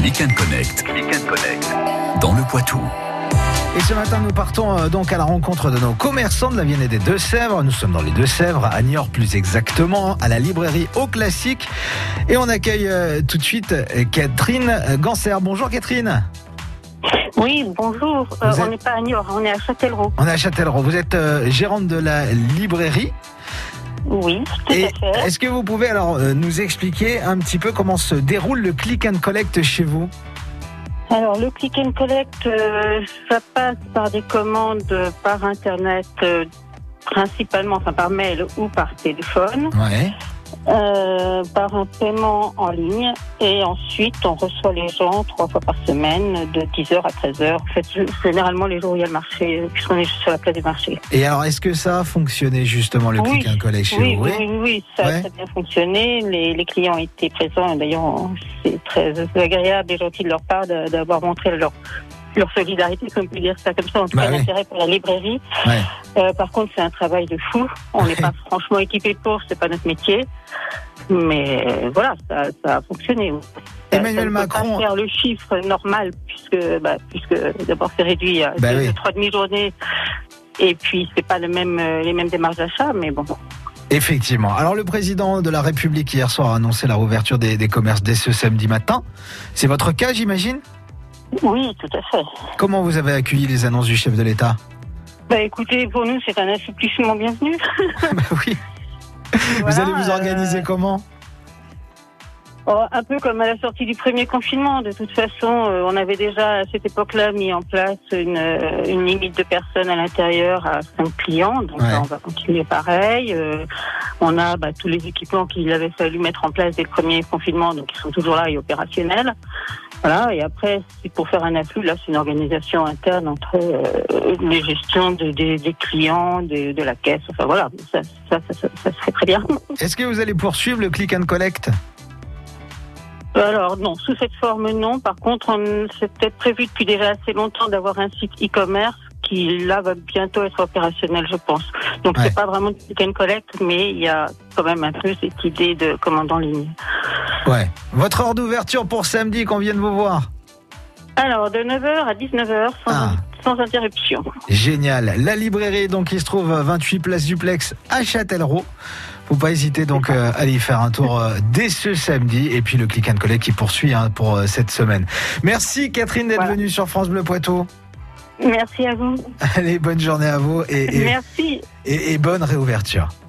Click & Connect. Dans le Poitou. Et ce matin, nous partons donc à la rencontre de nos commerçants de la Vienne et des Deux-Sèvres. Nous sommes dans les Deux-Sèvres, à Niort plus exactement, à la librairie Au Classique. Et on accueille tout de suite Catherine Ganser. Bonjour Catherine. Oui, bonjour. On n'est pas à Niort, on est à Châtellerault. On est à Châtellerault. Vous êtes gérante de la librairie. Oui, tout à fait. Est-ce que vous pouvez alors nous expliquer un petit peu comment se déroule le Click & Collect chez vous ? Alors, le Click & Collect, ça passe par des commandes par Internet, principalement, par mail ou par téléphone. Ouais. Par un paiement en ligne, et ensuite on reçoit les gens 3 fois par semaine de 10h à 13h. En fait, généralement les jours où il y a le marché, puisqu'on est juste sur la place du marché. Et alors, est-ce que ça a fonctionné justement le Click & Collect chez vous ? Oui, ça a très bien fonctionné. Les clients étaient présents, et d'ailleurs c'est très agréable et gentil de leur part d'avoir montré leur solidarité, si on peut dire ça comme ça, en tout cas l'intérêt pour la librairie. Ouais. Par contre, c'est un travail de fou. On n'est pas franchement équipé pour, c'est pas notre métier. Mais voilà, ça a fonctionné. Emmanuel Macron peut pas faire le chiffre normal, puisque d'abord c'est réduit à 3 demi-journées, et puis c'est pas les mêmes démarches d'achat, mais bon. Effectivement. Alors, le président de la République hier soir a annoncé la réouverture des commerces dès ce samedi matin. C'est votre cas, j'imagine ? Oui, tout à fait. Comment vous avez accueilli les annonces du chef de l'État ? Écoutez, pour nous, c'est un assouplissement bienvenu. Oui. Voilà, vous allez vous organiser comment ? Un peu comme à la sortie du premier confinement. De toute façon, on avait déjà à cette époque-là mis en place une limite de personnes à l'intérieur à 5 clients. Donc là, on va continuer pareil. On a tous les équipements qu'il avait fallu mettre en place dès le premier confinement, donc ils sont toujours là et opérationnels. Voilà. Et après, c'est pour faire un afflux. Là, c'est une organisation interne entre les gestions des clients, de la caisse. Enfin voilà, ça se fait très bien. Est-ce que vous allez poursuivre le Click & Collect ? Alors non, sous cette forme non. Par contre, c'est peut-être prévu depuis déjà assez longtemps d'avoir un site e-commerce qui là va bientôt être opérationnel, je pense. Donc c'est pas vraiment du Click & Collect, mais il y a quand même un peu cette idée de commande en ligne. Ouais. Votre heure d'ouverture pour samedi, qu'on vienne vous voir ? Alors de 9h à 19h sans interruption. Génial. La librairie donc qui se trouve 28 place Duplex à Châtellerault. Faut pas hésiter donc à aller y faire un tour dès ce samedi, et puis le Click & Collect qui poursuit pour cette semaine. Merci Catherine d'être venue sur France Bleu Poitou. Merci à vous. Allez, bonne journée à vous Merci. Et bonne réouverture.